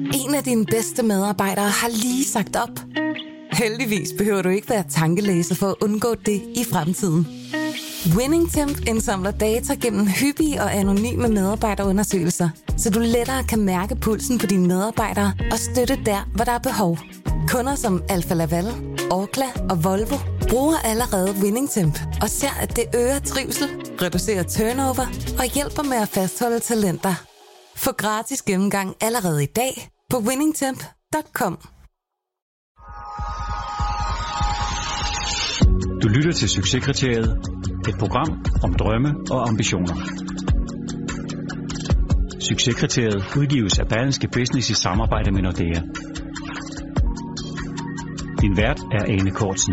En af dine bedste medarbejdere har lige sagt op. Heldigvis behøver du ikke være tankelæser for at undgå det i fremtiden. WinningTemp indsamler data gennem hyppige og anonyme medarbejderundersøgelser, så du lettere kan mærke pulsen på dine medarbejdere og støtte der, hvor der er behov. Kunder som Alfa Laval, Orkla og Volvo bruger allerede WinningTemp og ser, at det øger trivsel, reducerer turnover og hjælper med at fastholde talenter. Få gratis gennemgang allerede i dag på winningtemp.com. Du lytter til Succeskriteriet, et program om drømme og ambitioner. Succeskriteriet udgives af Berlingske Business i samarbejde med Nordea. Din vært er Ane Kortsen.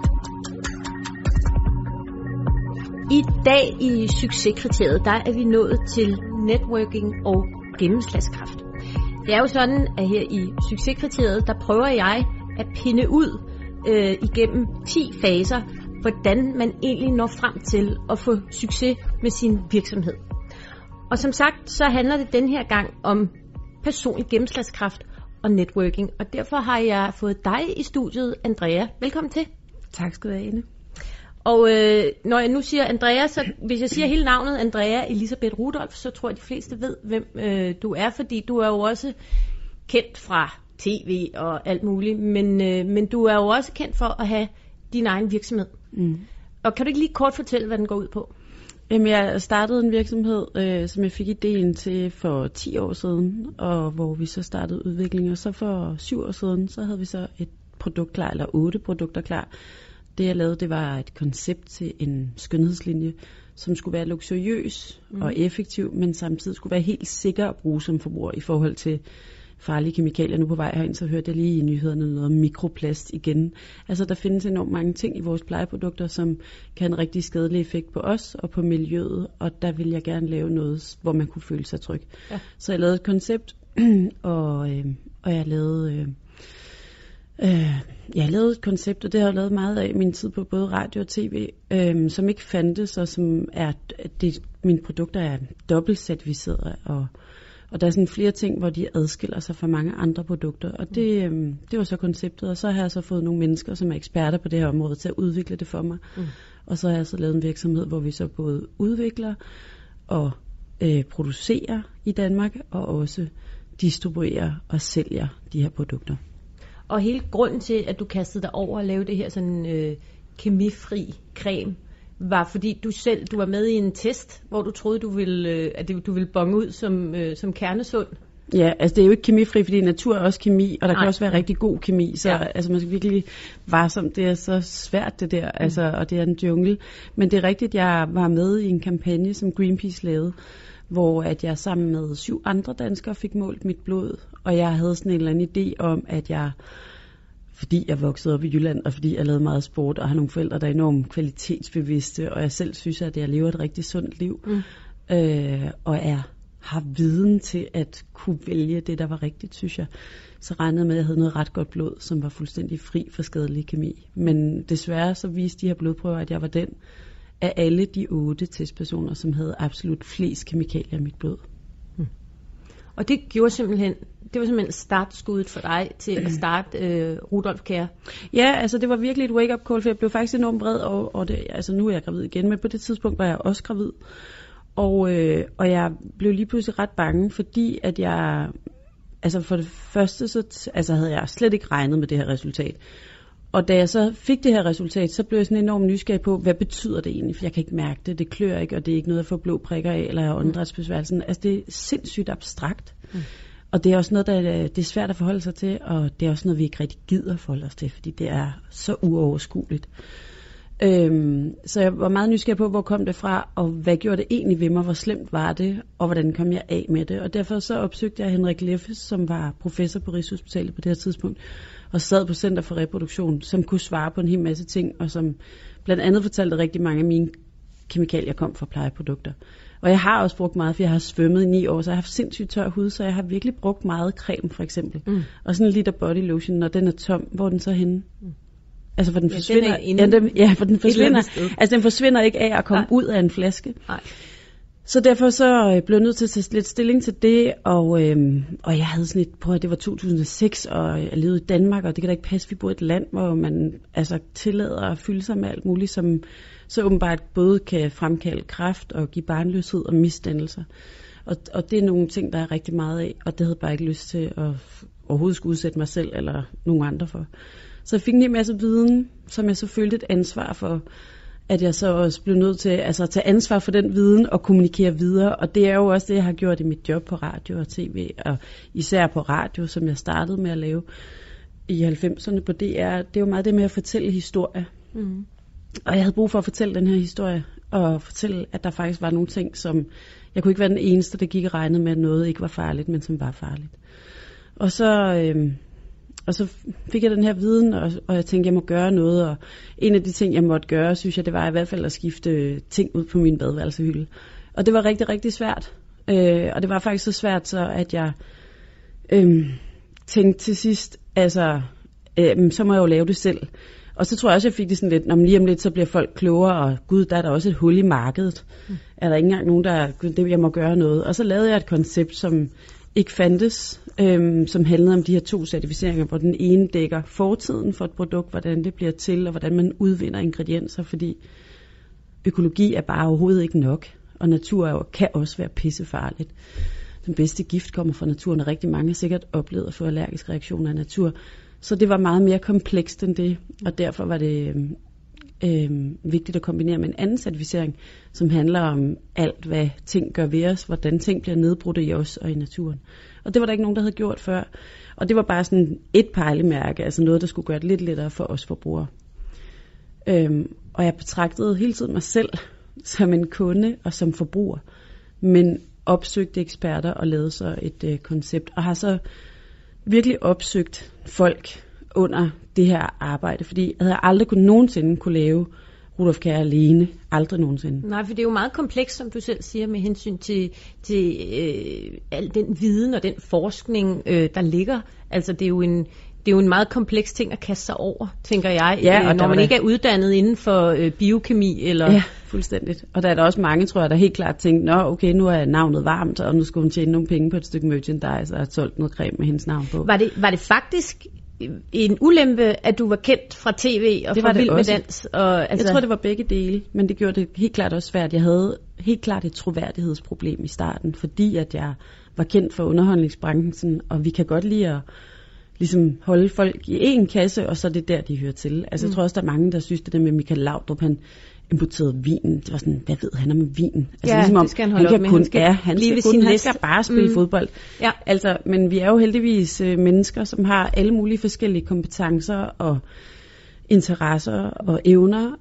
I dag i Succeskriteriet, der er vi nået til networking og gennemslagskraft. Det er jo sådan, at her i Succeskriteriet, der prøver jeg at pinde ud igennem 10 faser, hvordan man egentlig når frem til at få succes med sin virksomhed. Og som sagt, så handler det den her gang om personlig gennemslagskraft og networking. Og derfor har jeg fået dig i studiet, Andrea. Velkommen til. Tak skal du have, Ane. Og når jeg nu siger Andrea, så hvis jeg siger hele navnet Andrea Elisabeth Rudolph, så tror jeg, de fleste ved, hvem du er, fordi du er jo også kendt fra tv og alt muligt, men du er jo også kendt for at have din egen virksomhed. Mm. Og kan du ikke lige kort fortælle, hvad den går ud på? Jamen, jeg startede en virksomhed, som jeg fik idéen til for 10 år siden, og hvor vi så startede udvikling, og så for 7 år siden, så havde vi så et produkt klar, eller 8 produkter klar. Det jeg lavede, det var et koncept til en skønhedslinje, som skulle være luksuriøs og effektiv, men samtidig skulle være helt sikker at bruge som forbruger i forhold til farlige kemikalier. Nu på vej herind, så hørte jeg lige i nyhederne noget om mikroplast igen. Altså, der findes enormt mange ting i vores plejeprodukter, som kan have en rigtig skadelig effekt på os og på miljøet, og der vil jeg gerne lave noget, hvor man kunne føle sig tryg. Ja. Så jeg lavede et koncept, og jeg lavede et koncept, og det har jeg lavet meget af i min tid på både radio og tv, som ikke fandtes, og som er, mine produkter er dobbelt certificeret, og der er sådan flere ting, hvor de adskiller sig fra mange andre produkter, og det var så konceptet, og så har jeg så fået nogle mennesker, som er eksperter på det her område, til at udvikle det for mig, og så har jeg så lavet en virksomhed, hvor vi så både udvikler og producerer i Danmark, og også distribuerer og sælger de her produkter. Og hele grunden til, at du kastede dig over at lave det her sådan kemifri creme, var fordi du var med i en test, hvor du troede, du ville bonge ud som kernesund. Ja, altså det er jo ikke kemifri, fordi natur er også kemi, og der kan også være rigtig god kemi, så altså man skal virkelig varsom. Det er så svært det der, altså, og det er en jungle. Men det er rigtigt, jeg var med i en kampagne, som Greenpeace lavede, hvor at jeg sammen med 7 andre danskere fik målt mit blod, og jeg havde sådan en eller anden idé om, at fordi jeg voksede op i Jylland, og fordi jeg lavede meget sport, og har nogle forældre, der er enormt kvalitetsbevidste, og jeg selv synes, at jeg lever et rigtig sundt liv, og jeg har viden til at kunne vælge det, der var rigtigt, synes jeg. Så regnede med, at jeg havde noget ret godt blod, som var fuldstændig fri for skadelig kemi. Men desværre så viste de her blodprøver, at jeg var den af alle de 8 testpersoner, som havde absolut flest kemikalier i mit blod. Og det var simpelthen startskuddet for dig til at starte Rudolph Care. Ja, altså det var virkelig et wake-up call, for jeg blev faktisk enormt vred, og det, altså nu er jeg gravid igen, men på det tidspunkt var jeg også gravid. Og jeg blev lige pludselig ret bange, fordi at jeg, altså for det første, så havde jeg slet ikke regnet med det her resultat. Og da jeg så fik det her resultat, så blev jeg sådan enormt nysgerrig på, hvad betyder det egentlig? For jeg kan ikke mærke det, det klør ikke, og det er ikke noget, jeg får blå prikker af, eller jeg har åndedrætsbesværgelsen. Altså det er sindssygt abstrakt. Og det er også noget, det er svært at forholde sig til, og det er også noget, vi ikke rigtig gider forholde os til, fordi det er så uoverskueligt. Så jeg var meget nysgerrig på, hvor kom det fra, og hvad gjorde det egentlig ved mig, hvor slemt var det, og hvordan kom jeg af med det. Og derfor så opsøgte jeg Henrik Leffes, som var professor på Rigshospitalet på det her tidspunkt, og sad på Center for Reproduktion, som kunne svare på en hel masse ting, og som blandt andet fortalte, at rigtig mange af mine kemikalier kom fra plejeprodukter. Og jeg har også brugt meget, for jeg har svømmet i 9 år, så jeg har haft sindssygt tør hud, så jeg har virkelig brugt meget creme, for eksempel. Og sådan en liter body lotion, når den er tom, hvor er den så henne? Altså, for den forsvinder. For den forsvinder. Altså, den forsvinder ikke af at komme ud af en flaske. Nej. Så derfor så blev jeg nødt til at tage lidt stilling til det, og jeg havde sådan et, på at det var 2006, og jeg levede i Danmark, og det kan da ikke passe, vi bor i et land, hvor man altså tillader at fylde sig med alt muligt, som så åbenbart både kan fremkalde kræft og give barnløshed og misdannelser. Og det er nogle ting, der er rigtig meget af, og det havde jeg bare ikke lyst til at overhovedet skulle udsætte mig selv eller nogen andre for. Så jeg fik en masse viden, som jeg så følte et ansvar for, at jeg så også blev nødt til at tage ansvar for den viden og kommunikere videre. Og det er jo også det, jeg har gjort i mit job på radio og tv, og især på radio, som jeg startede med at lave i 90'erne på DR. Det er jo meget det med at fortælle historier. Mm. Og jeg havde brug for at fortælle den her historie, og fortælle, at der faktisk var nogle ting, som jeg kunne ikke være den eneste, der gik og regnede med, at noget ikke var farligt, men som var farligt. Og så fik jeg den her viden, og jeg tænkte, jeg må gøre noget. Og en af de ting, jeg måtte gøre, synes jeg, det var i hvert fald at skifte ting ud på min badeværelsehylde. Og det var rigtig, rigtig svært. Og det var faktisk så svært, så at jeg tænkte til sidst, så må jeg jo lave det selv. Og så tror jeg også, jeg fik det sådan lidt, når lige om lidt, så bliver folk klogere, og gud, der er der også et hul i markedet. Er der ikke engang nogen, jeg må gøre noget. Og så lavede jeg et koncept, som ikke fandtes, som handlede om de her 2 certificeringer, hvor den ene dækker fortiden for et produkt, hvordan det bliver til, og hvordan man udvinder ingredienser, fordi økologi er bare overhovedet ikke nok, og natur kan også være pissefarligt. Den bedste gift kommer fra naturen, og rigtig mange har sikkert oplevet at få allergiske reaktioner af natur. Så det var meget mere komplekst end det, og derfor var det vigtigt at kombinere med en anden certificering, som handler om alt, hvad ting gør ved os, hvordan ting bliver nedbrudt i os og i naturen. Og det var der ikke nogen, der havde gjort før. Og det var bare sådan et pejlemærke, altså noget, der skulle gøre det lidt lettere for os forbrugere. Og jeg betragtede hele tiden mig selv som en kunde og som forbruger, men opsøgte eksperter og lavede så et koncept, og har så virkelig opsøgt folk under det her arbejde, fordi jeg havde aldrig nogensinde kunne lave Rudolf Kjær alene. Aldrig nogensinde. Nej, for det er jo meget komplekst, som du selv siger, med hensyn til al den viden og den forskning, der ligger. Altså, det er jo en meget kompleks ting at kaste sig over, tænker jeg, og når man ikke er uddannet inden for biokemi. Eller... Ja, fuldstændigt. Og der er der også mange, tror jeg, der helt klart tænkte, okay, nu er navnet varmt, og nu skal hun tjene nogle penge på et stykke merchandise, og har solgt noget creme med hendes navn på. Var det faktisk en ulempe, at du var kendt fra tv og fra Vild med Dans? Jeg tror, det var begge dele, men det gjorde det helt klart også svært. Jeg havde helt klart et troværdighedsproblem i starten, fordi at jeg var kendt for underholdningsbranchen, og vi kan godt lide at ligesom holde folk i en kasse, og så er det der, de hører til. Altså, jeg tror også, der er mange, der synes, det der med Michael Laudrup, han importerede vin. Det var sådan, hvad ved han om vinen? Altså, ja, ligesom det skal han holde op med. Han skal bare spille fodbold. Ja. Altså, men vi er jo heldigvis mennesker, som har alle mulige forskellige kompetencer og interesser og evner,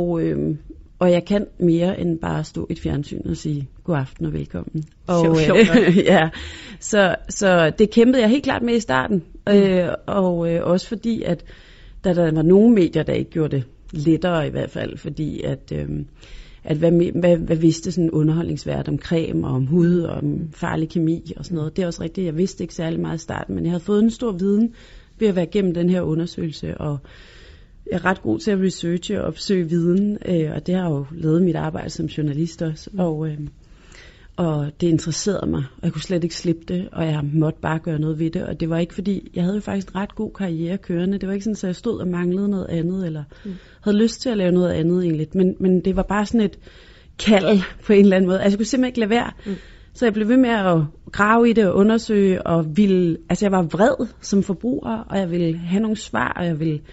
og jeg kan mere end bare stå i et fjernsyn og sige god aften og velkommen. Og, ja, så det kæmpede jeg helt klart med i starten. Og også fordi, at der var nogle medier, der ikke gjorde det lettere i hvert fald, fordi at hvad vidste sådan underholdningsvært om creme og om hud og om farlig kemi og sådan noget. Det er også rigtigt, jeg vidste ikke særlig meget i starten, men jeg havde fået en stor viden ved at være gennem den her undersøgelse, og jeg er ret god til at researche og opsøge viden, og det har jo lavet mit arbejde som journalist også, og det interesserede mig, og jeg kunne slet ikke slippe det, og jeg måtte bare gøre noget ved det, og det var ikke fordi, jeg havde jo faktisk en ret god karriere kørende, det var ikke sådan, at jeg stod og manglede noget andet, eller havde lyst til at lave noget andet egentlig, men det var bare sådan et kald på en eller anden måde, altså jeg kunne simpelthen ikke lade være, så jeg blev ved med at grave i det og undersøge, og jeg var vred som forbruger, og jeg ville have nogle svar, og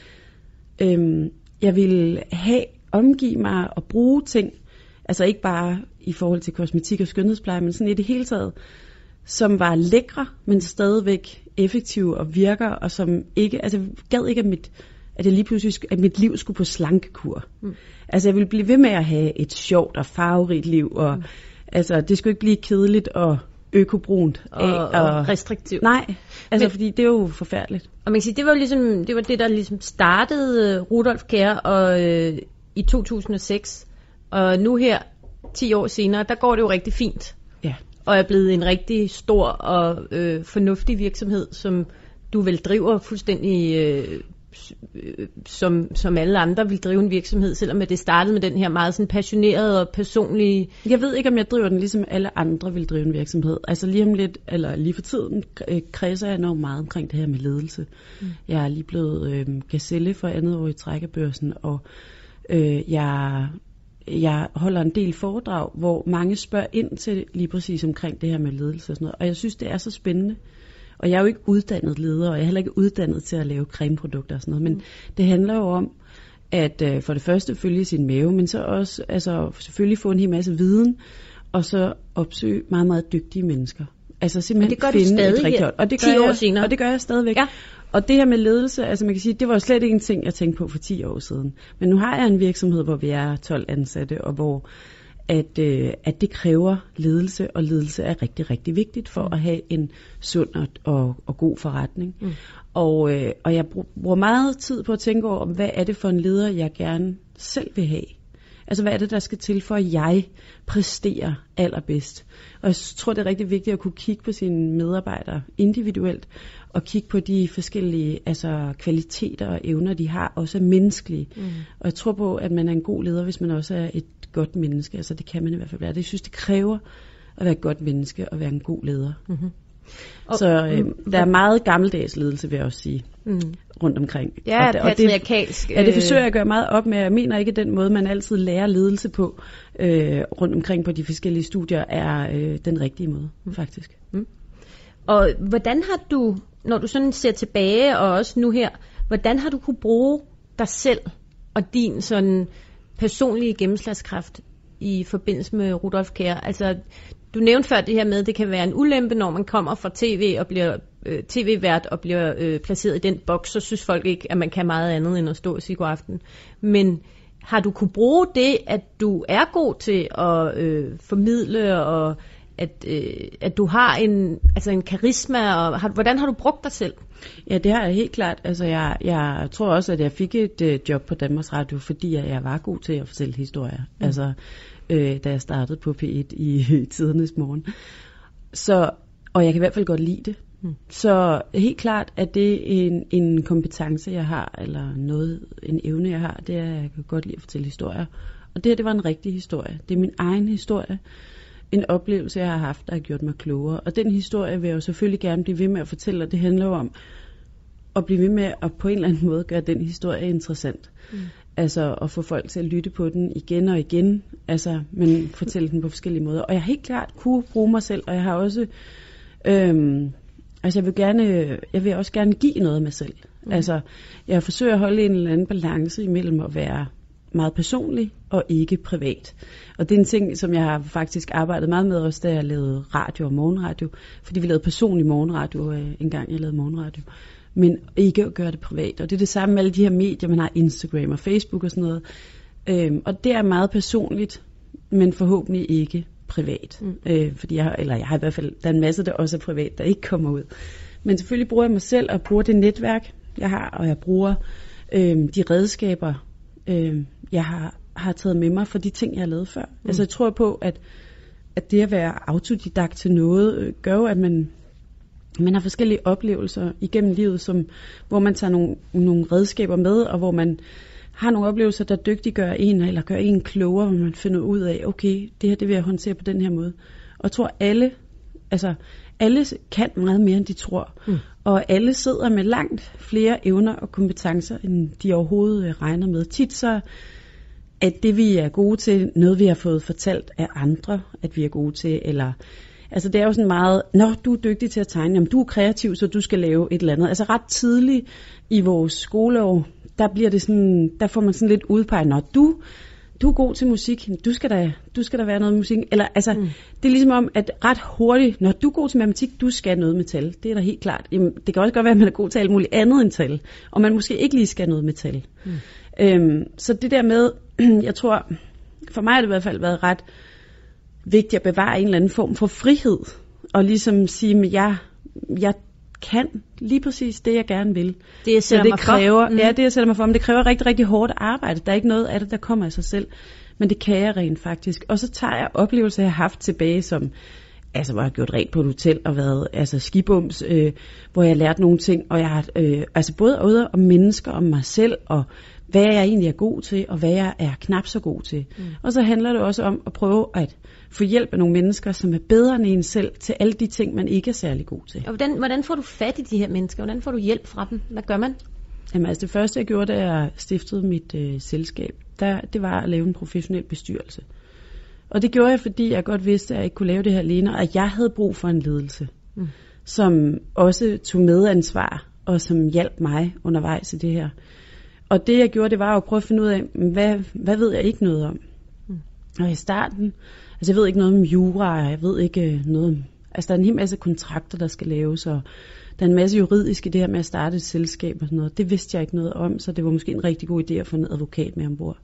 jeg ville omgive mig og bruge ting, altså ikke bare i forhold til kosmetik og skønhedspleje, men sådan i det hele taget, som var lækre, men stadigvæk effektive og virker, og som ikke, altså jeg gad ikke, at jeg lige pludselig, at mit liv skulle på slankekur. Altså jeg ville blive ved med at have et sjovt og farverigt liv, og altså det skulle ikke blive kedeligt og økobrunt og restriktivt. Nej, altså fordi det er jo forfærdeligt. Og man kan sige, det var det, der ligesom startede Rudolf Kjær og i 2006, og nu her 10 år senere, der går det jo rigtig fint. Ja. Og er blevet en rigtig stor og fornuftig virksomhed, som du vel driver fuldstændig som alle andre vil drive en virksomhed, selvom det startede med den her meget sådan passionerede og personlige... Jeg ved ikke, om jeg driver den ligesom alle andre vil drive en virksomhed. Altså lige om lidt, eller lige for tiden, kredser jeg enormt meget omkring det her med ledelse. Jeg er lige blevet gazelle for andet år i Trækkerbørsen, og jeg holder en del foredrag, hvor mange spørger ind til lige præcis omkring det her med ledelse og sådan noget. Og jeg synes, det er så spændende. Og jeg er jo ikke uddannet leder, og jeg er heller ikke uddannet til at lave cremeprodukter og sådan noget. Men det handler jo om, at for det første følge sin mave, men så også selvfølgelig få en hel masse viden, og så opsøge meget, meget dygtige mennesker. Altså simpelthen finde et rigtigt hold. Og det gør 10 år senere. Og det gør jeg stadigvæk. Ja. Og det her med ledelse, altså man kan sige, det var jo slet ikke en ting, jeg tænkte på for 10 år siden. Men nu har jeg en virksomhed, hvor vi er 12 ansatte, og hvor at det kræver ledelse, og ledelse er rigtig, rigtig vigtigt for at have en sund og god forretning. Og jeg bruger meget tid på at tænke over, hvad er det for en leder, jeg gerne selv vil have. Altså, hvad er det, der skal til, for at jeg præsterer allerbedst? Og jeg tror, det er rigtig vigtigt at kunne kigge på sine medarbejdere individuelt, og kigge på de forskellige kvaliteter og evner, de har, også er menneskelige. Og jeg tror på, at man er en god leder, hvis man også er et godt menneske. Altså, det kan man i hvert fald være. Jeg synes, det kræver at være et godt menneske og være en god leder. Så der er meget gammeldags ledelse, vil jeg også sige, rundt omkring. Ja, patriarkalsk. Det forsøger jeg at gøre meget op med. Jeg mener ikke, at den måde, man altid lærer ledelse på, rundt omkring på de forskellige studier, er den rigtige måde, faktisk. Og hvordan har du, når du sådan ser tilbage, og også nu her, hvordan har du kunne bruge dig selv og din sådan personlige gennemslagskraft i forbindelse med Rudolf Kjær? Altså, du nævnte før det her med, at det kan være en ulempe, når man kommer fra tv og bliver tv-vært og bliver placeret i den boks, så synes folk ikke, at man kan meget andet end at stå i Siguraften. Men har du kunne bruge det, at du er god til at formidle, og at du har en karisma, og hvordan har du brugt dig selv? Ja, det har jeg helt klart. Altså, jeg tror også, at jeg fik et job på Danmarks Radio, fordi jeg var god til at fortælle historier. Altså, da jeg startede på P1 i tidernes morgen. Og jeg kan i hvert fald godt lide det. Så helt klart, at det er en kompetence, jeg har, eller en evne, jeg har, det er, at jeg kan godt lide at fortælle historier. Og det var en rigtig historie. Det er min egen historie. En oplevelse, jeg har haft, der har gjort mig klogere. Og den historie vil jeg jo selvfølgelig gerne blive ved med at fortælle, og det handler jo om at blive ved med at på en eller anden måde gøre den historie interessant. Altså at få folk til at lytte på den igen og igen, men fortælle den på forskellige måder. Og jeg har helt klart kunne bruge mig selv, og jeg har også, jeg vil også gerne give noget af mig selv. Altså, jeg forsøger at holde en eller anden balance imellem at være meget personlig og ikke privat. Og det er en ting, som jeg har faktisk arbejdet meget med, også da jeg lavede radio og morgenradio, fordi vi lavede personlig morgenradio en gang, jeg lavede morgenradio. Men ikke at gøre det privat. Og det er det samme med alle de her medier, man har Instagram og Facebook og sådan noget. Og det er meget personligt, men forhåbentlig ikke privat. Fordi jeg har i hvert fald, der er en masse, der også er privat, der ikke kommer ud. Men selvfølgelig bruger jeg mig selv, og bruger det netværk, jeg har, og jeg bruger de redskaber, jeg har taget med mig for de ting, jeg har lavet før. Altså jeg tror på, at det at være autodidakt til noget, gør jo, at man har forskellige oplevelser igennem livet, hvor man tager nogle redskaber med, og hvor man har nogle oplevelser, der dygtiggør en, eller gør en klogere, hvor man finder ud af, okay, det her det vil jeg håndtere på den her måde. Og jeg tror, alle kan meget mere, end de tror. Og alle sidder med langt flere evner og kompetencer, end de overhovedet regner med. Tit så at det, vi er gode til, noget vi har fået fortalt af andre, at vi er gode til, eller altså det er jo sådan meget, du er dygtig til at tegne, jamen du er kreativ, så du skal lave et eller andet. Altså ret tidligt i vores skoleår, der bliver det sådan, der får man sådan lidt udpeget, du er god til musik, du skal da være noget musik. Eller altså, det er ligesom om, at ret hurtigt, når du er god til matematik, du skal noget med tal. Det er da helt klart. Jamen, det kan også godt være, at man er god til alt muligt andet end tal, og man måske ikke lige skal noget med tal. Så det der med, jeg tror, for mig har det i hvert fald været ret vigtigt at bevare en eller anden form for frihed, og ligesom sige, at jeg kan lige præcis det, jeg gerne vil. Det jeg sætter mig for. Ja, det jeg sætter mig for, men det kræver rigtig, rigtig hårdt arbejde. Der er ikke noget af det, der kommer af sig selv, men det kan jeg rent faktisk. Og så tager jeg oplevelser, jeg har haft tilbage som hvor jeg har gjort rent på et hotel og været skibums, hvor jeg lærte nogle ting, og jeg har både ude om mennesker, om mig selv, og hvad jeg egentlig er god til, og hvad jeg er knap så god til. Og så handler det også om at prøve at få hjælp af nogle mennesker, som er bedre end en selv, til alle de ting, man ikke er særlig god til. Og hvordan får du fat i de her mennesker? Hvordan får du hjælp fra dem? Hvad gør man? Jamen, det første, jeg gjorde, da jeg stiftede mit selskab, det var at lave en professionel bestyrelse. Og det gjorde jeg, fordi jeg godt vidste, at jeg ikke kunne lave det her alene, og at jeg havde brug for en ledelse, som også tog medansvar, og som hjalp mig undervejs i det her. Og det, jeg gjorde, det var at prøve at finde ud af, hvad ved jeg ikke noget om? Og i starten, jeg ved ikke noget om jura, jeg ved ikke noget om... der er en hel masse kontrakter, der skal laves, og der er en masse juridisk i det her med at starte et selskab og sådan noget. Det vidste jeg ikke noget om, så det var måske en rigtig god idé at få en advokat med ombord.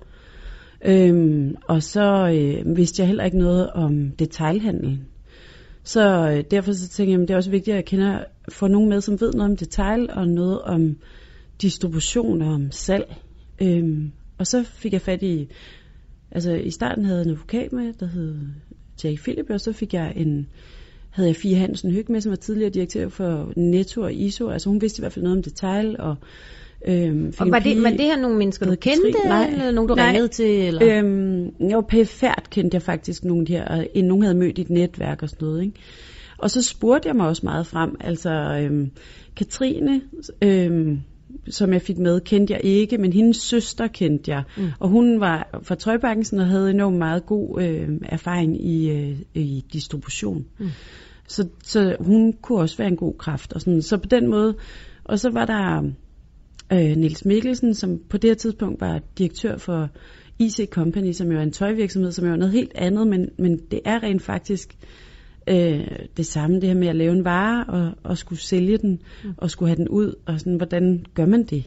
Og så vidste jeg heller ikke noget om detailhandlen. Så derfor så tænkte jeg, at det er også vigtigt, at jeg får nogen med, som ved noget om detail og noget om distribution og om salg. Og så fik jeg fat i... i starten havde jeg en advokat med, der hed Jake Philip, og så havde jeg Fie Hansen Høg med, som var tidligere direktør for Netto og ISO. Hun vidste i hvert fald noget om detail. Og var det her nogle mennesker, du kendte, eller nogen, du ringede til? Eller? Pæfærd kendte jeg faktisk nogle af de her, og nogen havde mødt i et netværk og sådan noget. Ikke? Og så spurgte jeg mig også meget frem. Katrine, som jeg fik med, kendte jeg ikke, men hendes søster kendte jeg. Og hun var fra Trøjbakken og havde enormt meget god erfaring i distribution. Så hun kunne også være en god kraft. Og sådan. Så på den måde. Og så var der Niels Mikkelsen, som på det her tidspunkt var direktør for IC Company, som jo er en tøjvirksomhed, som jo er noget helt andet, men det er rent faktisk det samme, det her med at lave en vare og skulle sælge den og skulle have den ud, og sådan, hvordan gør man det?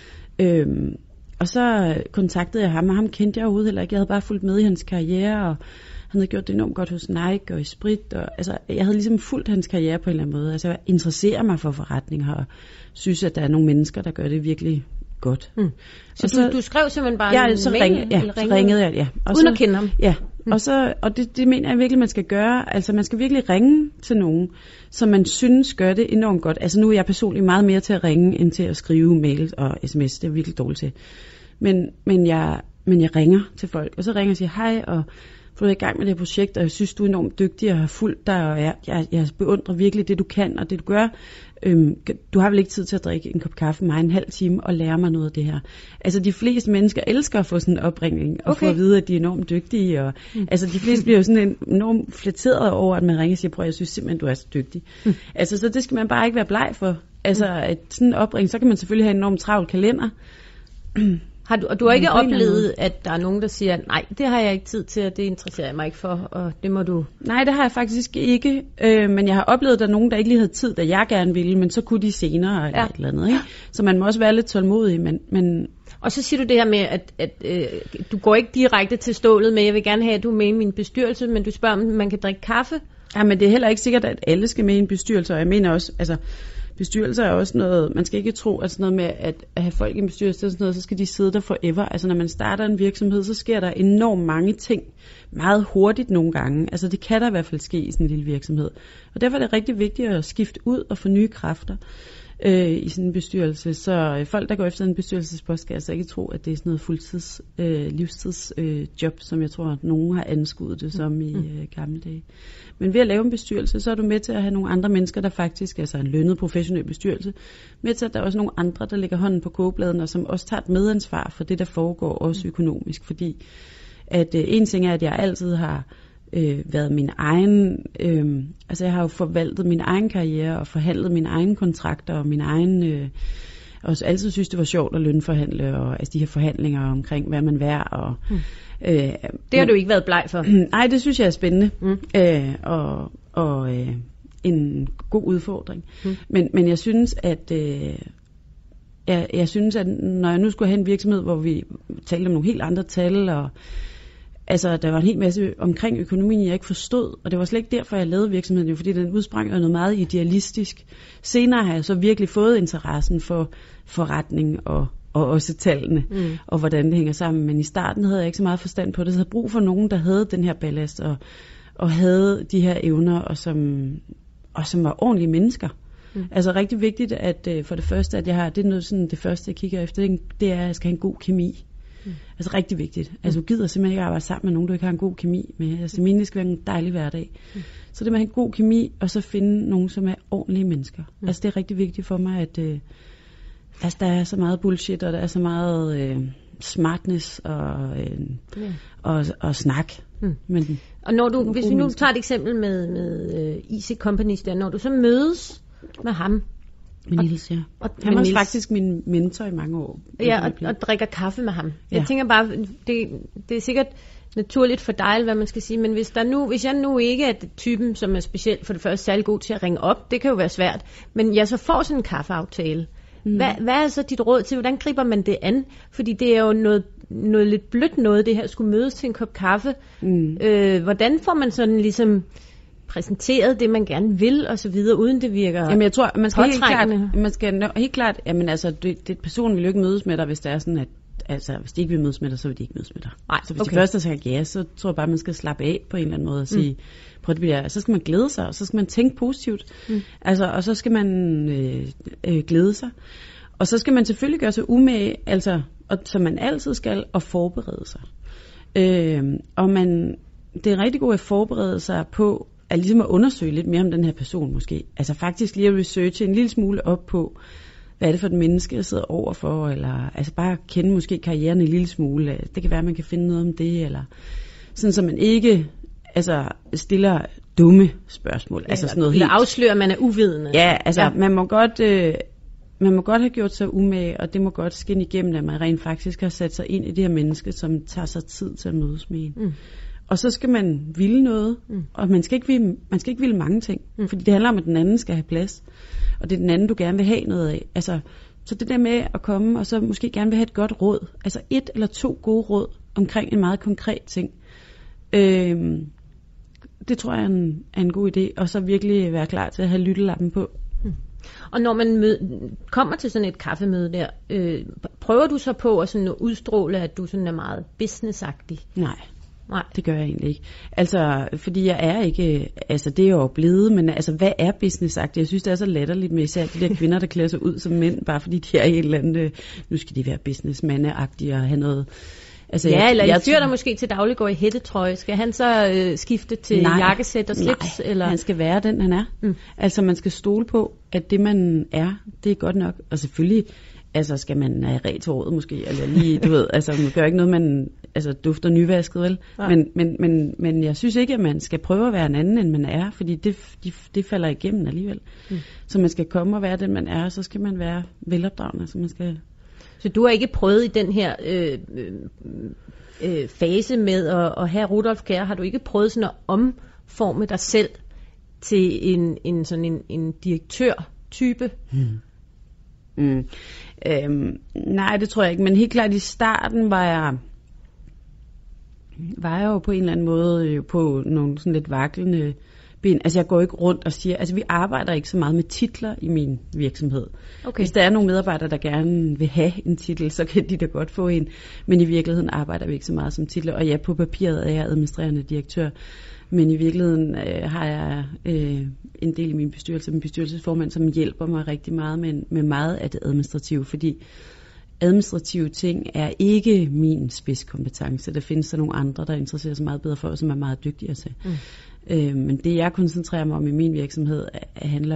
Og så kontaktede jeg ham, og ham kendte jeg overhovedet heller ikke. Jeg havde bare fulgt med i hans karriere, og han havde gjort det enormt godt hos Nike og i Sprit, og jeg havde ligesom fulgt hans karriere på en eller anden måde. Jeg interesserer mig for forretninger og synes, at der er nogle mennesker, der gør det virkelig godt. Så du skrev simpelthen bare en mail? Så ringede jeg, ja. Og uden at kende ham? Ja, og det mener jeg virkelig, man skal gøre. Man skal virkelig ringe til nogen, som man synes gør det enormt godt. Nu er jeg personligt meget mere til at ringe, end til at skrive mail og sms. Det er virkelig dårligt til. Men jeg ringer til folk, og så ringer jeg og siger hej, og du er i gang med det her projekt, og jeg synes, du er enormt dygtig og har fulgt dig, og jeg beundrer virkelig det, du kan, og det, du gør. Du har vel ikke tid til at drikke en kop kaffe med mig en halv time og lære mig noget af det her. De fleste mennesker elsker at få sådan en opringning, og få at vide, at de er enormt dygtige. Og, de fleste bliver jo sådan enormt flatteret over, at man ringer og siger, prøv, jeg synes simpelthen, du er så dygtig. Så det skal man bare ikke være bleg for. At sådan en opringning, så kan man selvfølgelig have en enormt travl kalender. Du har ikke oplevet, at der er nogen, der siger, nej, det har jeg ikke tid til, og det interesserer jeg mig ikke for, og det må du... Nej, det har jeg faktisk ikke, men jeg har oplevet, at der er nogen, der ikke lige havde tid, da jeg gerne ville, men så kunne de senere eller et eller andet. Ikke? Så man må også være lidt tålmodig, men... Og så siger du det her med, at du går ikke direkte til stålet med, jeg vil gerne have, at du er med i min bestyrelse, men du spørger, om man kan drikke kaffe? Ja, men det er heller ikke sikkert, at alle skal med i en bestyrelse, og jeg mener også, bestyrelser er også noget, man skal ikke tro, at sådan noget med at have folk i en bestyrelse, sådan noget, så skal de sidde der forever. Når man starter en virksomhed, så sker der enormt mange ting, meget hurtigt nogle gange. Det kan der i hvert fald ske i sådan en lille virksomhed. Og derfor er det rigtig vigtigt at skifte ud og få nye kræfter i sådan en bestyrelse. Så folk, der går efter en bestyrelsespost, skal altså ikke tro, at det er sådan noget fuldtids, livstidsjob, som jeg tror, at nogen har anskuet det som i gamle dage. Men ved at lave en bestyrelse, så er du med til at have nogle andre mennesker, der faktisk, en lønnet professionel bestyrelse, med til at der er også nogle andre, der lægger hånden på kogebladen, og som også tager et medansvar for det, der foregår, også økonomisk. Fordi at en ting er, at jeg altid har været min egen, jeg har jo forvaltet min egen karriere og forhandlet mine egne kontrakter og min egen, og altid synes det var sjovt at lønforhandle og de her forhandlinger omkring hvad man værd og det har du ikke været bleg for. Nej, det synes jeg er spændende og en god udfordring. Men jeg synes at jeg synes at når jeg nu skulle have en virksomhed, hvor vi talte om nogle helt andre tal og der var en hel masse omkring økonomien, jeg ikke forstod, og det var slet ikke derfor, jeg lavede virksomheden, fordi den udsprang af noget meget idealistisk. Senere har jeg så virkelig fået interessen for forretning og også tallene, og hvordan det hænger sammen. Men i starten havde jeg ikke så meget forstand på det, så jeg havde brug for nogen, der havde den her ballast og havde de her evner, og som var ordentlige mennesker. Altså rigtig vigtigt, at for det første, at jeg har, det er noget sådan, det første, jeg kigger efter, det er, at jeg skal have en god kemi. Altså rigtig vigtigt. Altså du gider simpelthen ikke arbejde sammen med nogen, du ikke har en god kemi med. Altså det skal være en dejlig hverdag. Så det med at have en god kemi, og så finde nogen, som er ordentlige mennesker. Altså det er rigtig vigtigt for mig, at altså, der er så meget bullshit, og der er så meget smartness og snak. Men, og når du, hvis vi nu tager et eksempel med IC Companies, der, når du så mødes med ham, Niels, ja. Han var faktisk min mentor i mange år. Ja, og drikker kaffe med ham. Jeg tænker bare, det er sikkert naturligt for dig, hvad man skal sige, men hvis jeg nu ikke er typen, som er specielt for det første særlig god til at ringe op, det kan jo være svært, men jeg så får sådan en kaffeaftale. Hvad er så dit råd til, hvordan griber man det an? Fordi det er jo noget lidt blødt noget, det her skulle mødes til en kop kaffe. Hvordan får man sådan ligesom præsenteret det, man gerne vil, og så videre, uden det virker. Jamen jeg tror, man skal helt klart, jamen altså, personen vil jo ikke mødes med dig, hvis det er sådan, at altså, hvis de ikke vil mødes med dig, så vil de ikke mødes med dig. Nej, så hvis de første har sagt ja, så tror jeg bare, man skal slappe af på en eller anden måde og sige, prøv det bliver, så skal man glæde sig, og så skal man tænke positivt. Altså, og så skal man glæde sig. Og så skal man selvfølgelig gøre sig umage, altså, og, som man altid skal, og forberede sig. Og det er rigtig godt at forberede sig på, at ligesom at undersøge lidt mere om den her person måske. Altså faktisk lige at researche en lille smule op på, hvad er det for et menneske, jeg sidder overfor, eller altså bare kende måske karrieren en lille smule. Det kan være, at man kan finde noget om det, eller sådan, så man ikke stiller dumme spørgsmål. Ja, altså sådan noget eller afslører, at man er uvidende. Ja, altså ja. Man må godt have gjort sig umage, og det må godt skinne igennem, at man rent faktisk har sat sig ind i det her menneske, som tager sig tid til at mødes med en. Og så skal man ville noget, og man skal ikke ville mange ting, fordi det handler om, at den anden skal have plads, og det er den anden, du gerne vil have noget af. Altså, så det der med at komme, og så måske gerne vil have et godt råd, altså 1 eller 2 gode råd omkring en meget konkret ting, det tror jeg er en god idé, og så virkelig være klar til at have lyttelappen på. Og når man kommer til sådan et kaffemøde der, prøver du så på at sådan udstråle, at du sådan er meget businessagtig? Nej, det gør jeg egentlig ikke. Altså, fordi jeg er ikke, altså det er jo blevet, men altså hvad er businessagtigt? Jeg synes, det er så latterligt med især de der kvinder, der klæder sig ud som mænd, bare fordi de er i et eller andet, nu skal de være businessmandeagtige og have noget. Altså, eller en fyr, der måske til daglig går i hættetrøje, skal han så skifte til jakkesæt og slips? Nej, eller? Han skal være den, han er. Altså man skal stole på, at det man er, det er godt nok. Og selvfølgelig, altså skal man have ret til året måske, eller lige, du ved, altså man gør ikke noget, man dufter nyvasket, vel? Men jeg synes ikke, at man skal prøve at være en anden, end man er, fordi det falder igennem alligevel. Så man skal komme og være den, man er, og så skal man være velopdragende, så man skal... Så du har ikke prøvet i den her fase med at have Rudolf Kjær, har du ikke prøvet sådan at omforme dig selv til en direktør-type? Nej, det tror jeg ikke, men helt klart i starten var jeg jo på en eller anden måde på nogle sådan lidt vaklende ben. Altså jeg går ikke rundt og siger, altså vi arbejder ikke så meget med titler i min virksomhed. Okay. Hvis der er nogle medarbejdere, der gerne vil have en titel, så kan de da godt få en. Men i virkeligheden arbejder vi ikke så meget som titler. Og ja, på papiret er jeg administrerende direktør. Men i virkeligheden har jeg en del i min bestyrelse, min bestyrelsesformand, som hjælper mig rigtig meget med meget af det administrative. Fordi administrative ting er ikke min spidskompetence. Der findes der nogle andre, der interesserer sig meget bedre for, og som er meget dygtigere til. Men det jeg koncentrerer mig om i min virksomhed handler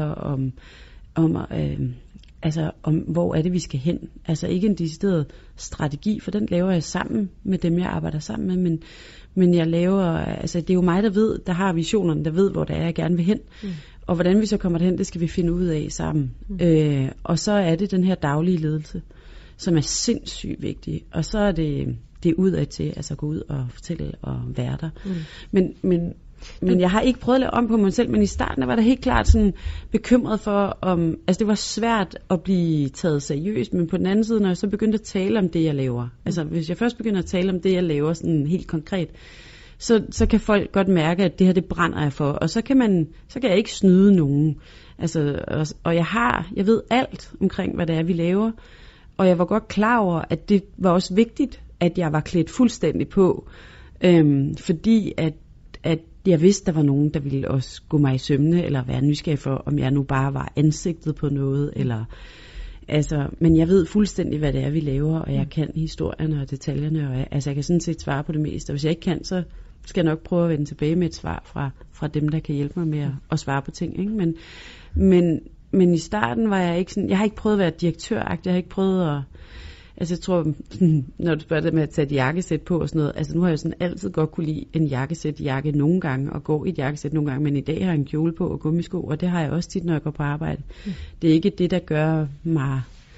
om hvor er det vi skal hen. Altså ikke en decideret strategi, for den laver jeg sammen med dem jeg arbejder sammen med, men jeg laver, altså det er jo mig der ved, der har visionerne, der ved hvor det er jeg gerne vil hen. Og hvordan vi så kommer derhen, det skal vi finde ud af sammen. Og så er det den her daglige ledelse, som er sindssygt vigtig. Og så er det udad til, altså gå ud og fortælle og være der. Men jeg har ikke prøvet at lave om på mig selv, men i starten var det helt klart sådan bekymret for, altså det var svært at blive taget seriøst, men på den anden side, når jeg så begyndte at tale om det, jeg laver, altså hvis jeg først begynder at tale om det, jeg laver sådan helt konkret, så kan folk godt mærke, at det her, det brænder jeg for, og så kan jeg ikke snyde nogen. Altså, og jeg ved alt omkring, hvad det er, vi laver, og jeg var godt klar over, at det var også vigtigt, at jeg var klædt fuldstændig på, fordi at jeg vidste, der var nogen, der ville også gå mig i sømne, eller være nysgerrig for, om jeg nu bare var ansigtet på noget, eller... Altså, men jeg ved fuldstændig, hvad det er, vi laver, og jeg kan historierne og detaljerne, og jeg kan sådan set svare på det meste. Og hvis jeg ikke kan, så skal jeg nok prøve at vende tilbage med et svar fra dem, der kan hjælpe mig med at svare på ting. Ikke? Men i starten var jeg ikke sådan, jeg har ikke prøvet at være direktøragtig, jeg har ikke prøvet at, altså jeg tror, når du spørger det med at tage et jakkesæt på og sådan noget, altså nu har jeg sådan altid godt kunne lide en jakke nogle gange, og gå i et jakkesæt nogle gange, men i dag har jeg en kjole på og gummisko, og det har jeg også tit, når jeg går på arbejde. Det er ikke det, der gør mig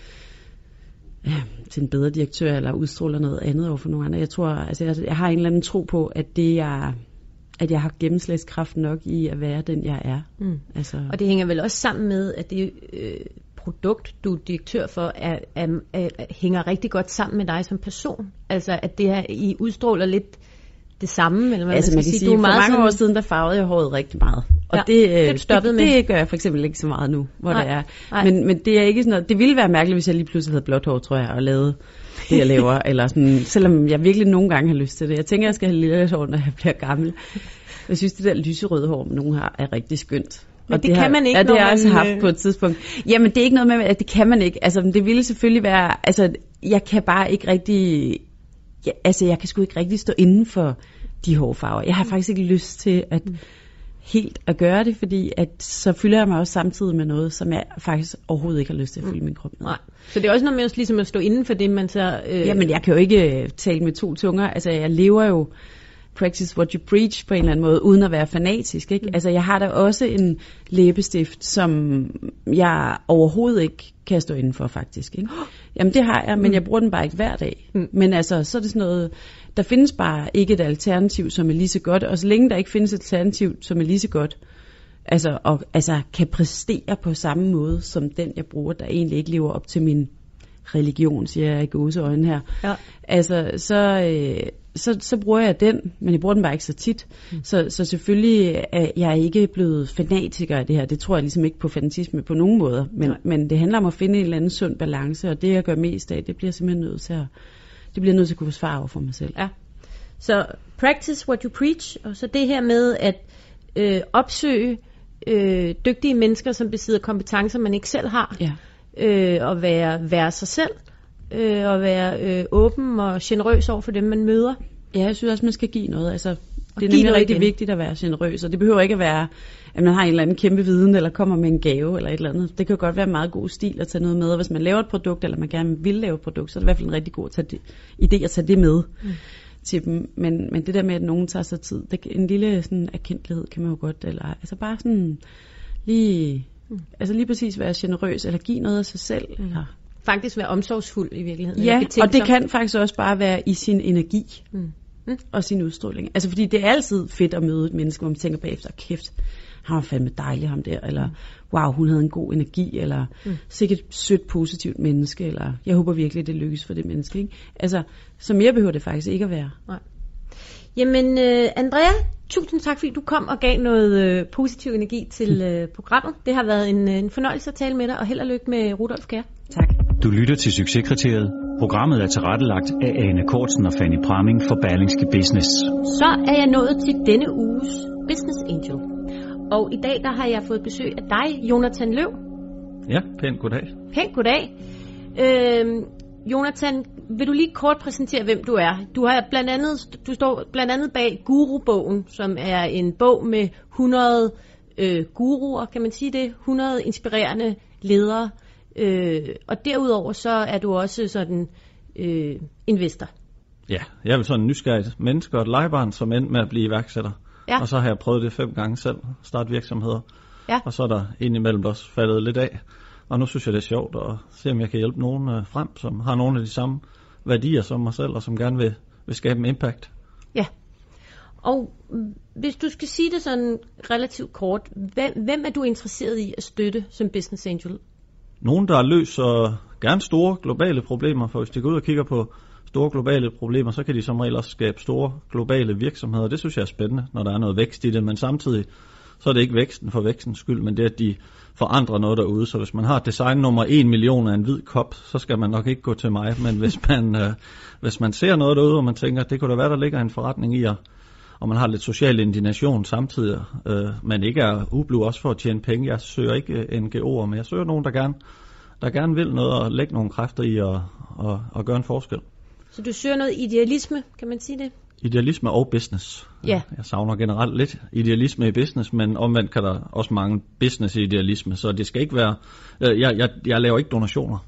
til en bedre direktør, eller udstråler noget andet over for nogle andre. Jeg tror, altså jeg har en eller anden tro på, at at jeg har gennemslagskraft nok i at være den, jeg er. Altså. Og det hænger vel også sammen med, at det produkt, du er direktør for, hænger rigtig godt sammen med dig som person. Altså, at det her, I udstråler lidt det samme, eller hvad man skal sige. For mange år siden, der farvede jeg håret rigtig meget. Og det gør jeg for eksempel ikke så meget nu, hvor det er. Men det er ikke sådan noget, det ville være mærkeligt, hvis jeg lige pludselig havde blåt hår, tror jeg, og lavede det, jeg laver. Eller sådan, selvom jeg virkelig nogle gange har lyst til det. Jeg tænker, jeg skal have lille hår, når jeg bliver gammel. Jeg synes, det der lyserøde hår, nogen har, er rigtig skønt. Men det kan man ikke, det har jeg også haft på et tidspunkt. Jamen, det er ikke noget med, at det kan man ikke. Altså, det ville selvfølgelig være... Altså, jeg kan bare ikke rigtig... jeg kan sgu ikke rigtig stå inden for de hårfarver. Jeg har faktisk ikke lyst til helt at gøre det, fordi at så fylder jeg mig også samtidig med noget, som jeg faktisk overhovedet ikke har lyst til at fylde min krop med. Nej. Så det er også noget med ligesom at stå inden for det, man så... Jamen, jeg kan jo ikke tale med to tunger. Altså, jeg lever jo... practice what you preach på en eller anden måde, uden at være fanatisk. Ikke? Altså, jeg har da også en læbestift, som jeg overhovedet ikke kan stå inden for, faktisk. Ikke? Jamen, det har jeg, men jeg bruger den bare ikke hver dag. Men altså, så er det sådan noget, der findes bare ikke et alternativ, som er lige så godt, og så længe der ikke findes et alternativ, som er lige så godt, altså kan præstere på samme måde, som den, jeg bruger, der egentlig ikke lever op til min religion, siger jeg i gåseøjne her. Ja. Altså, så bruger jeg den, men jeg bruger den bare ikke så tit. Så selvfølgelig er jeg ikke blevet fanatiker af det her. Det tror jeg ligesom ikke på fanatisme på nogen måder. Men det handler om at finde en eller anden sund balance, og det jeg gør mest af, det bliver simpelthen nødt til at kunne forsvare over for mig selv. Ja. Så practice what you preach, og så det her med at opsøge dygtige mennesker, som besidder kompetencer, man ikke selv har. Ja. Og være sig selv, og være åben og generøs over for dem, man møder. Ja, jeg synes også, man skal give noget. Altså, det er nemlig rigtig vigtigt at være generøs, og det behøver ikke at være, at man har en eller anden kæmpe viden, eller kommer med en gave, eller et eller andet. Det kan godt være meget god stil at tage noget med, og hvis man laver et produkt, eller man gerne vil lave et produkt, så er det i hvert fald en rigtig god idé at tage det med til dem. Men det der med, at nogen tager sig tid, en lille sådan erkendelighed kan man jo godt, eller altså bare sådan lige... Altså lige præcis være generøs, eller give noget af sig selv. Eller faktisk være omsorgsfuld i virkeligheden. Ja, og det kan faktisk også bare være i sin energi og sin udstråling. Altså fordi det er altid fedt at møde et menneske, hvor man tænker bagefter, kæft, han var fandme dejlig ham der, eller wow, hun havde en god energi, eller sikkert sødt positivt menneske, eller jeg håber virkelig, det lykkes for det menneske. Ikke? Altså, så mere behøver det faktisk ikke at være. Nej. Jamen, Andrea, tusind tak, fordi du kom og gav noget positiv energi til programmet. Det har været en fornøjelse at tale med dig, og held og lykke med Rudolf Kjær. Tak. Du lytter til Succeskriteriet. Programmet er tilrettelagt af Ane Kortsen og Fanny Pramming for Berlingske Business. Så er jeg nået til denne uges Business Angel. Og i dag, der har jeg fået besøg af dig, Jonathan Løv. Ja, pænt goddag. Pænt goddag. Jonathan, vil du lige kort præsentere, hvem du er? Du står blandt andet bag Guru-bogen, som er en bog med 100 guruer, kan man sige det? 100 inspirerende ledere. Og derudover så er du også sådan investor. Ja, jeg er vel sådan en nysgerrig menneske og et legebarn, som endte med at blive iværksætter. Ja. Og så har jeg prøvet det 5 gange selv, starte virksomheder. Ja. Og så er der indimellem også faldet lidt af. Og nu synes jeg, det er sjovt at se, om jeg kan hjælpe nogen frem, som har nogle af de samme værdier som mig selv, og som gerne vil skabe en impact. Ja, og hvis du skal sige det sådan relativt kort, hvem er du interesseret i at støtte som business angel? Nogen, der løser gerne store globale problemer, for hvis de går ud og kigger på store globale problemer, så kan de som regel også skabe store globale virksomheder. Det synes jeg er spændende, når der er noget vækst i det, men samtidig så er det ikke væksten for vækstens skyld, men det at de forandrer noget derude. Så hvis man har design nummer 1 million af en hvid kop, så skal man nok ikke gå til mig. Men hvis man ser noget derude, og man tænker, det kunne da være, der ligger en forretning i at og man har lidt social indignation samtidig, men ikke er ublu også for at tjene penge. Jeg søger ikke NGO'er, men jeg søger nogen, der gerne vil noget og lægge nogle kræfter i og gøre en forskel. Så du søger noget idealisme, kan man sige det? Idealisme og business. Ja. Jeg savner generelt lidt idealisme i business, men omvendt kan der også mange business-idealisme, så det skal ikke være... Jeg laver ikke donationer.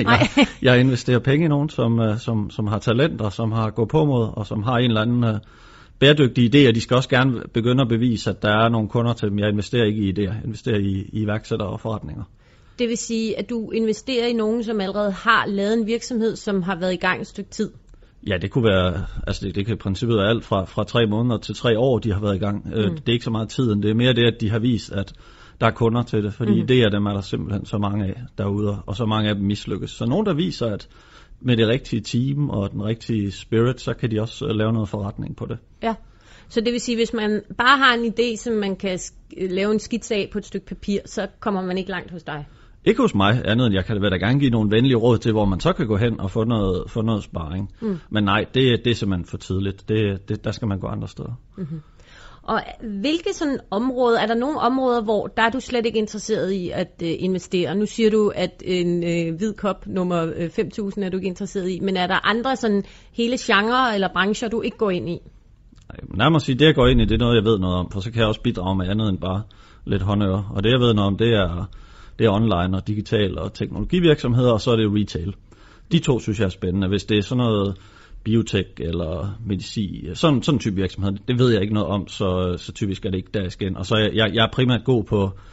Jeg investerer penge i nogen, som har talenter, som har gået på mod, og som har en eller anden bæredygtig idé, og de skal også gerne begynde at bevise, at der er nogle kunder til dem. Jeg investerer ikke i idéer, jeg investerer i iværksættere og forretninger. Det vil sige, at du investerer i nogen, som allerede har lavet en virksomhed, som har været i gang et stykke tid? Ja, det kunne være, altså det kan i princippet være alt fra 3 måneder til 3 år, de har været i gang. Det er ikke så meget tiden, det er mere det, at de har vist, at der er kunder til det, fordi idéer, dem er der simpelthen så mange af derude, og så mange af dem mislykkes. Så nogen, der viser, at med det rigtige team og den rigtige spirit, så kan de også lave noget forretning på det. Ja, så det vil sige, hvis man bare har en idé, som man kan lave en skitse af på et stykke papir, så kommer man ikke langt hos dig? Ikke hos mig, andet end jeg kan da gerne give nogle venlige råd til, hvor man så kan gå hen og få noget sparring. Men nej, det er simpelthen for tidligt. Der skal man gå andre steder. Mm-hmm. Og hvilke sådan områder, er der nogle områder, hvor der er du slet ikke interesseret i at investere? Nu siger du, at en hvid kop nummer 5.000 er du ikke interesseret i, men er der andre sådan hele genrer eller brancher, du ikke går ind i? Nærmere sige, det jeg går ind i, det er noget, jeg ved noget om, for så kan jeg også bidrage med andet end bare lidt håndøre. Og det jeg ved noget om, det er online og digital og teknologivirksomheder, og så er det retail. De to synes jeg er spændende. Hvis det er sådan noget biotech eller medicin, sådan en type virksomhed, det ved jeg ikke noget om, så typisk er det ikke der, jeg skal ind. Og så jeg er primært god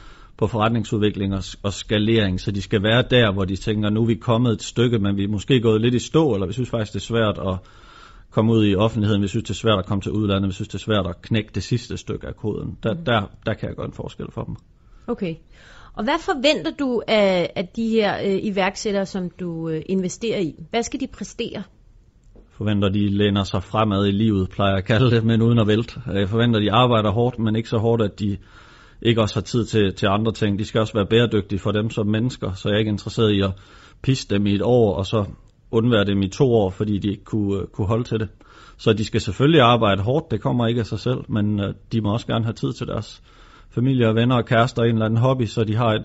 på forretningsudvikling og skalering, så de skal være der, hvor de tænker, nu er vi kommet et stykke, men vi er måske gået lidt i stå, eller vi synes faktisk, det er svært at komme ud i offentligheden, vi synes, det er svært at komme til udlandet, vi synes, det er svært at knække det sidste stykke af koden. Der kan jeg gøre en forskel for dem. Okay. Og hvad forventer du af de her iværksættere, som du investerer i? Hvad skal de præstere? Forventer, de læner sig fremad i livet, plejer jeg at kalde det, men uden at vælte. Jeg forventer, de arbejder hårdt, men ikke så hårdt, at de ikke også har tid til andre ting. De skal også være bæredygtige for dem som mennesker, så jeg er ikke interesseret i at pisse dem i 1 år, og så undvære dem i 2 år, fordi de ikke kunne holde til det. Så de skal selvfølgelig arbejde hårdt, det kommer ikke af sig selv, men de må også gerne have tid til deres familie og venner og kærester og en eller anden hobby, så de har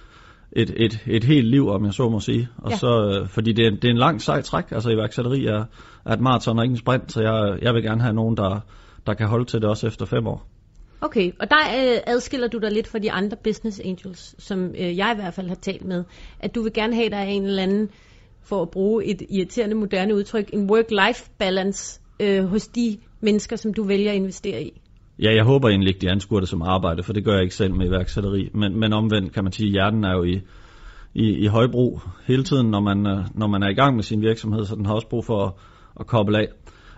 et helt liv, om jeg så må sige. Og så, fordi det er en lang sej træk, altså iværksætteri er et maraton og ikke en sprint, så jeg vil gerne have nogen, der kan holde til det også efter 5 år. Okay, og der adskiller du dig lidt fra de andre business angels, som jeg i hvert fald har talt med, at du vil gerne have, der er en eller anden, for at bruge et irriterende moderne udtryk, en work-life balance hos de mennesker, som du vælger at investere i. Ja, jeg håber egentlig ikke, de anskuer det som arbejde, for det gør jeg ikke selv med iværksætteri. Men omvendt kan man sige, at hjernen er jo i højbrug hele tiden, når man er i gang med sin virksomhed, så den har også brug for at koble af.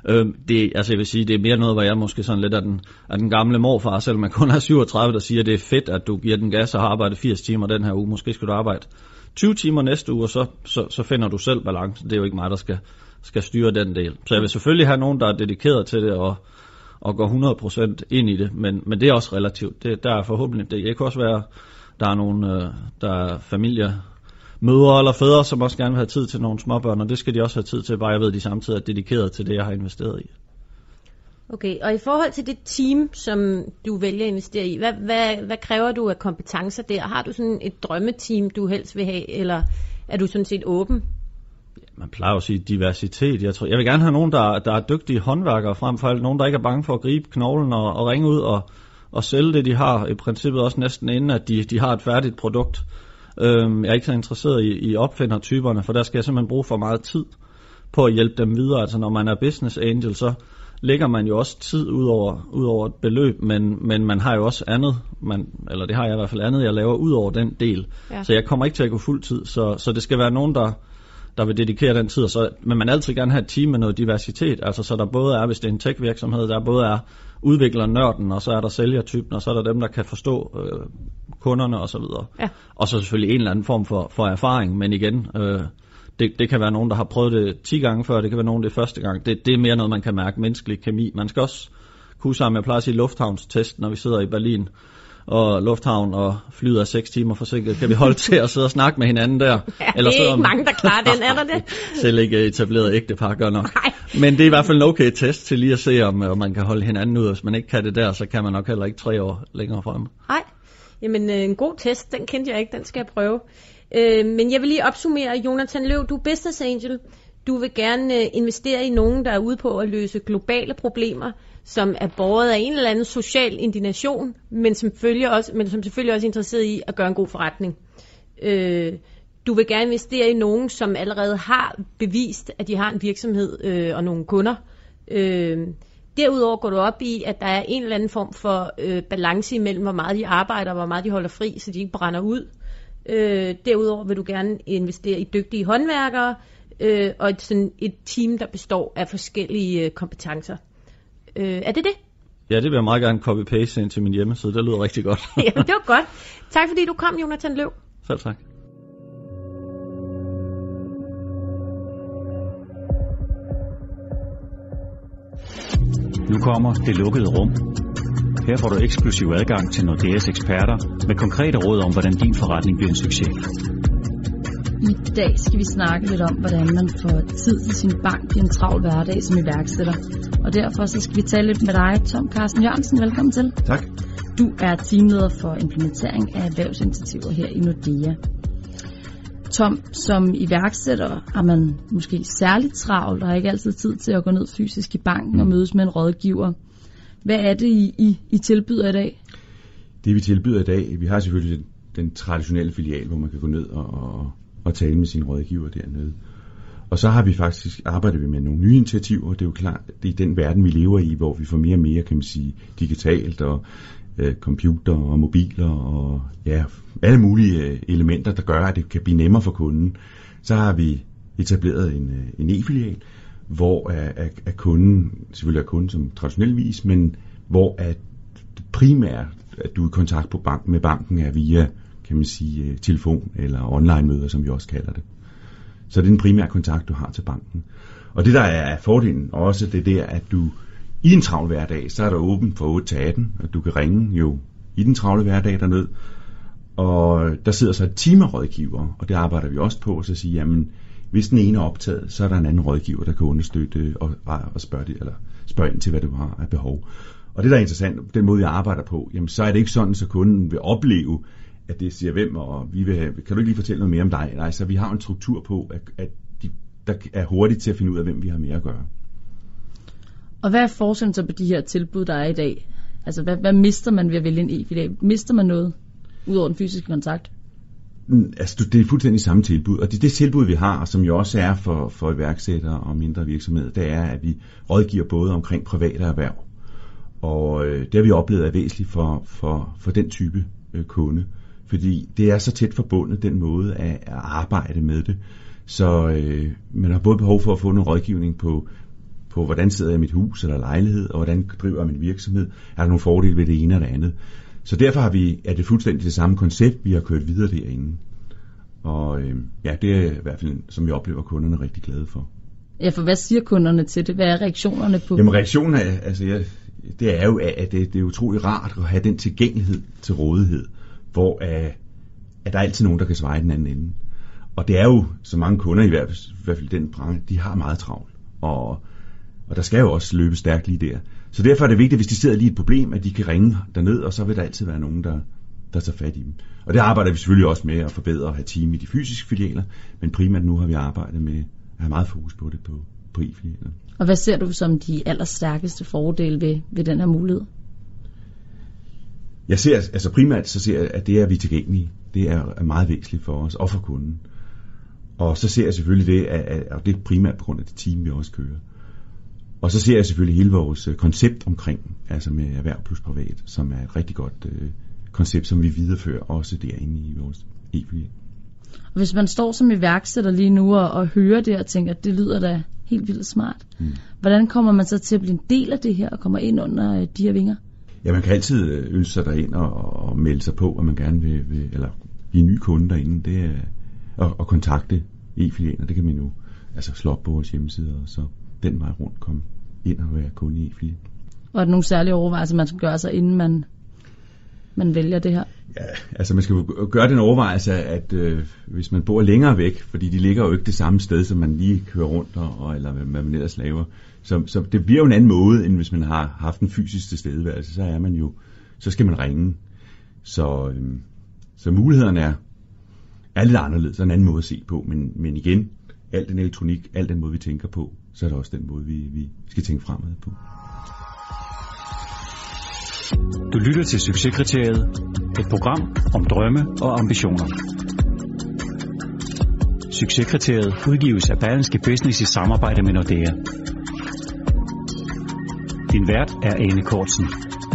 Jeg vil sige, det er mere noget, hvor jeg måske sådan lidt af den gamle morfar, selvom man kun er 37, der siger, at det er fedt, at du giver den gas og har arbejdet 80 timer den her uge. Måske skal du arbejde 20 timer næste uge, og så finder du selv balancen. Det er jo ikke mig, der skal styre den del. Så jeg vil selvfølgelig have nogen, der er dedikeret til det og går 100% ind i det, men det er også relativt. Der er forhåbentlig det. Det kan også være, der er nogle der er familiemødre eller fædre, som også gerne vil have tid til nogle småbørn, og det skal de også have tid til, bare jeg ved, de samtidig er dedikeret til det, jeg har investeret i. Okay, og i forhold til det team, som du vælger at investere i, hvad kræver du af kompetencer der? Har du sådan et drømmeteam, du helst vil have, eller er du sådan set åben? Man plejer at sige diversitet. Jeg vil gerne have nogen, der er dygtige håndværkere, frem for alt nogen, der ikke er bange for at gribe knoglen og ringe ud og sælge det, de har. I princippet også næsten inden, at de har et færdigt produkt. Jeg er ikke så interesseret i opfindertyperne, for der skal jeg simpelthen bruge for meget tid på at hjælpe dem videre. Altså når man er business angel, så lægger man jo også tid ud over et beløb, men man har jo også andet, eller det har jeg i hvert fald andet, jeg laver ud over den del. Ja. Så jeg kommer ikke til at gå fuld tid, så det skal være nogen, der vil dedikere den tid, men man altid gerne have et team med noget diversitet, altså så der både er, hvis det er en tech-virksomhed, der både er udvikler-nørden, og så er der sælgertypen, og så er der dem, der kan forstå kunderne og så videre. Ja. Og så selvfølgelig en eller anden form for erfaring, men igen, det kan være nogen, der har prøvet det 10 gange før, det kan være nogen, det er første gang. Det er mere noget, man kan mærke, menneskelig kemi. Man skal også kunne sammen, jeg plejer at sige lufthavnstest, når vi sidder i Berlin. og lufthavn, og flyet er 6 timer forsinket. Kan vi holde til at sidde og snakke med hinanden der? Ja, eller det er ikke mange, der klarer den, er der det? Selv ikke etableret ægtepar gør nok. Nej. Men det er i hvert fald en okay test til lige at se, om man kan holde hinanden ud. Hvis man ikke kan det der, så kan man nok heller ikke 3 år længere frem. Nej, jamen en god test, den kendte jeg ikke, den skal jeg prøve. Men jeg vil lige opsummere, Jonathan Løv, du er business angel. Du vil gerne investere i nogen, der er ude på at løse globale problemer, som er båret af en eller anden social indignation, men som selvfølgelig også er interesseret i at gøre en god forretning. Du vil gerne investere i nogen, som allerede har bevist, at de har en virksomhed og nogle kunder. Derudover går du op i, at der er en eller anden form for balance imellem, hvor meget de arbejder og hvor meget de holder fri, så de ikke brænder ud. Derudover vil du gerne investere i dygtige håndværkere og et team, der består af forskellige kompetencer. Er det det? Ja, det vil jeg meget gerne copy-paste ind til min hjemmeside. Det lyder rigtig godt. Ja, det var godt. Tak fordi du kom, Jonathan Løv. Selv tak. Nu kommer Det Lukkede Rum. Her får du eksklusiv adgang til Nordeas eksperter med konkrete råd om, hvordan din forretning bliver en succes. I dag skal vi snakke lidt om, hvordan man får tid til sin bank i en travl hverdag som iværksætter. Og derfor så skal vi tale lidt med dig, Tom Carsten Jørgensen. Velkommen til. Tak. Du er teamleder for implementering af erhvervsinitiativer her i Nordea. Tom, som iværksætter har man måske særligt travlt og har ikke altid tid til at gå ned fysisk i banken og mødes med en rådgiver. Hvad er det, I tilbyder i dag? Det vi tilbyder i dag, vi har selvfølgelig den traditionelle filial, hvor man kan gå ned og tale med sine rådgiver dernede. Og så har vi faktisk arbejdet med nogle nye initiativer. Det er jo klart, det er den verden, vi lever i, hvor vi får mere og mere, kan man sige, digitalt og computer og mobiler og ja, alle mulige elementer, der gør, at det kan blive nemmere for kunden. Så har vi etableret en e-filial, hvor at kunden, selvfølgelig er kunden som traditionel vis, men hvor at primært, at du er i kontakt med banken er via, kan man sige, telefon eller online-møder, som vi også kalder det. Så det er den primære kontakt, du har til banken. Og det, der er fordelen også, det er der, at du i en travl hverdag, så er der åben fra 8 til 18, og du kan ringe jo i den travle hverdag derned. Og der sidder så et team af rådgiver, og det arbejder vi også på, så sige, jamen, hvis den ene er optaget, så er der en anden rådgiver, der kan understøtte og spørge ind til, hvad du har af behov. Og det, der er interessant, den måde, vi arbejder på, jamen, så er det ikke sådan, så kunden vil opleve, at det siger hvem, og kan du ikke lige fortælle noget mere om dig? Nej, så vi har en struktur på, at der er hurtigt til at finde ud af, hvem vi har mere at gøre. Og hvad er forskellen så på de her tilbud, der er i dag? Altså, hvad mister man ved at vælge en e-filial? Mister man noget ud over den fysiske kontakt? Altså, det er fuldstændig samme tilbud, og det tilbud, vi har, og som jo også er for iværksættere og mindre virksomheder, det er, at vi rådgiver både omkring private erhverv, og det har vi oplevet er væsentligt for den type kunde, fordi det er så tæt forbundet, den måde at arbejde med det, så man har både behov for at få en rådgivning på hvordan sidder jeg i mit hus eller lejlighed, og hvordan driver jeg min virksomhed, er der nogle fordele ved det ene eller det andet. Så derfor er det fuldstændig det samme koncept, vi har kørt videre derinde. Og ja, det er i hvert fald, som vi oplever, kunderne er rigtig glade for. Ja, for hvad siger kunderne til det? Hvad er reaktionerne på? Jamen reaktionen det er jo, at det er utrolig rart at have den tilgængelighed til rådighed, hvor at der er altid nogen, der kan svare i den anden ende. Og det er jo, så mange kunder i hvert fald den branche, de har meget travlt. Og der skal jo også løbe stærkt lige der. Så derfor er det vigtigt, hvis de sidder lige et problem, at de kan ringe derned, og så vil der altid være nogen, der tager fat i dem. Og det arbejder vi selvfølgelig også med at forbedre og have team i de fysiske filialer, men primært nu har vi arbejdet med at have meget fokus på det på e-filialer. Og hvad ser du som de allerstærkeste fordele ved den her mulighed? Jeg ser, altså primært så ser jeg, at det er, at vi er tilgængelige. Det er meget væsentligt for os og for kunden. Og så ser jeg selvfølgelig det, og det er primært på grund af det team, vi også kører. Og så ser jeg selvfølgelig hele vores koncept omkring, altså med erhverv plus privat, som er et rigtig godt koncept, som vi viderefører også derinde i vores e-filial. Og hvis man står som iværksætter lige nu og hører det og tænker, at det lyder da helt vildt smart, hvordan kommer man så til at blive en del af det her og kommer ind under de her vinger? Ja, man kan altid ønske sig derind og melde sig på, at man gerne vil eller blive ny kunde derinde. Det er at kontakte e-filialer, det kan man jo altså slå op på vores hjemmeside, og så den vej rundt komme ind og være kunde i e-filial. Og er der nogle særlige overvejelser, man skal gøre sig, inden man man vælger det her? Ja, altså man skal jo gøre den overvejelse, at hvis man bor længere væk, fordi de ligger jo ikke det samme sted, som man lige kører rundt, eller hvad man ellers laver. Så det bliver jo en anden måde, end hvis man har haft en fysisk tilstedeværelse. Så skal man ringe. Så mulighederne er lidt anderledes, og en anden måde at se på. Men igen, al den elektronik, al den måde, vi tænker på, så er det også den måde, vi skal tænke fremad på. Du lytter til Succeskriteriet, et program om drømme og ambitioner. Succeskriteriet udgives af Berlingske Business i samarbejde med Nordea. Din vært er Ane Kortsen.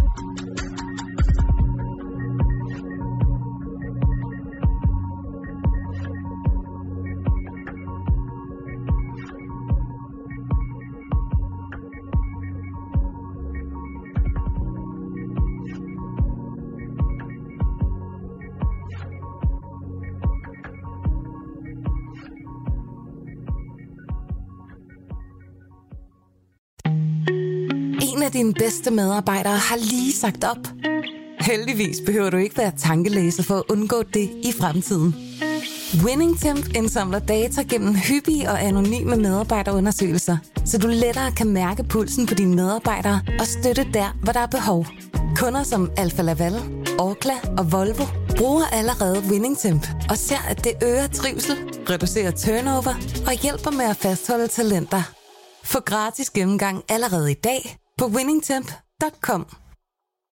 En af dine bedste medarbejdere har lige sagt op. Heldigvis behøver du ikke være tankelæser for at undgå det i fremtiden. WinningTemp indsamler data gennem hyppige og anonyme medarbejderundersøgelser, så du lettere kan mærke pulsen på dine medarbejdere og støtte der, hvor der er behov. Kunder som Alfa Laval, Orkla og Volvo bruger allerede WinningTemp og ser, at det øger trivsel, reducerer turnover og hjælper med at fastholde talenter. Få gratis gennemgang allerede i dag på winningtemp.com.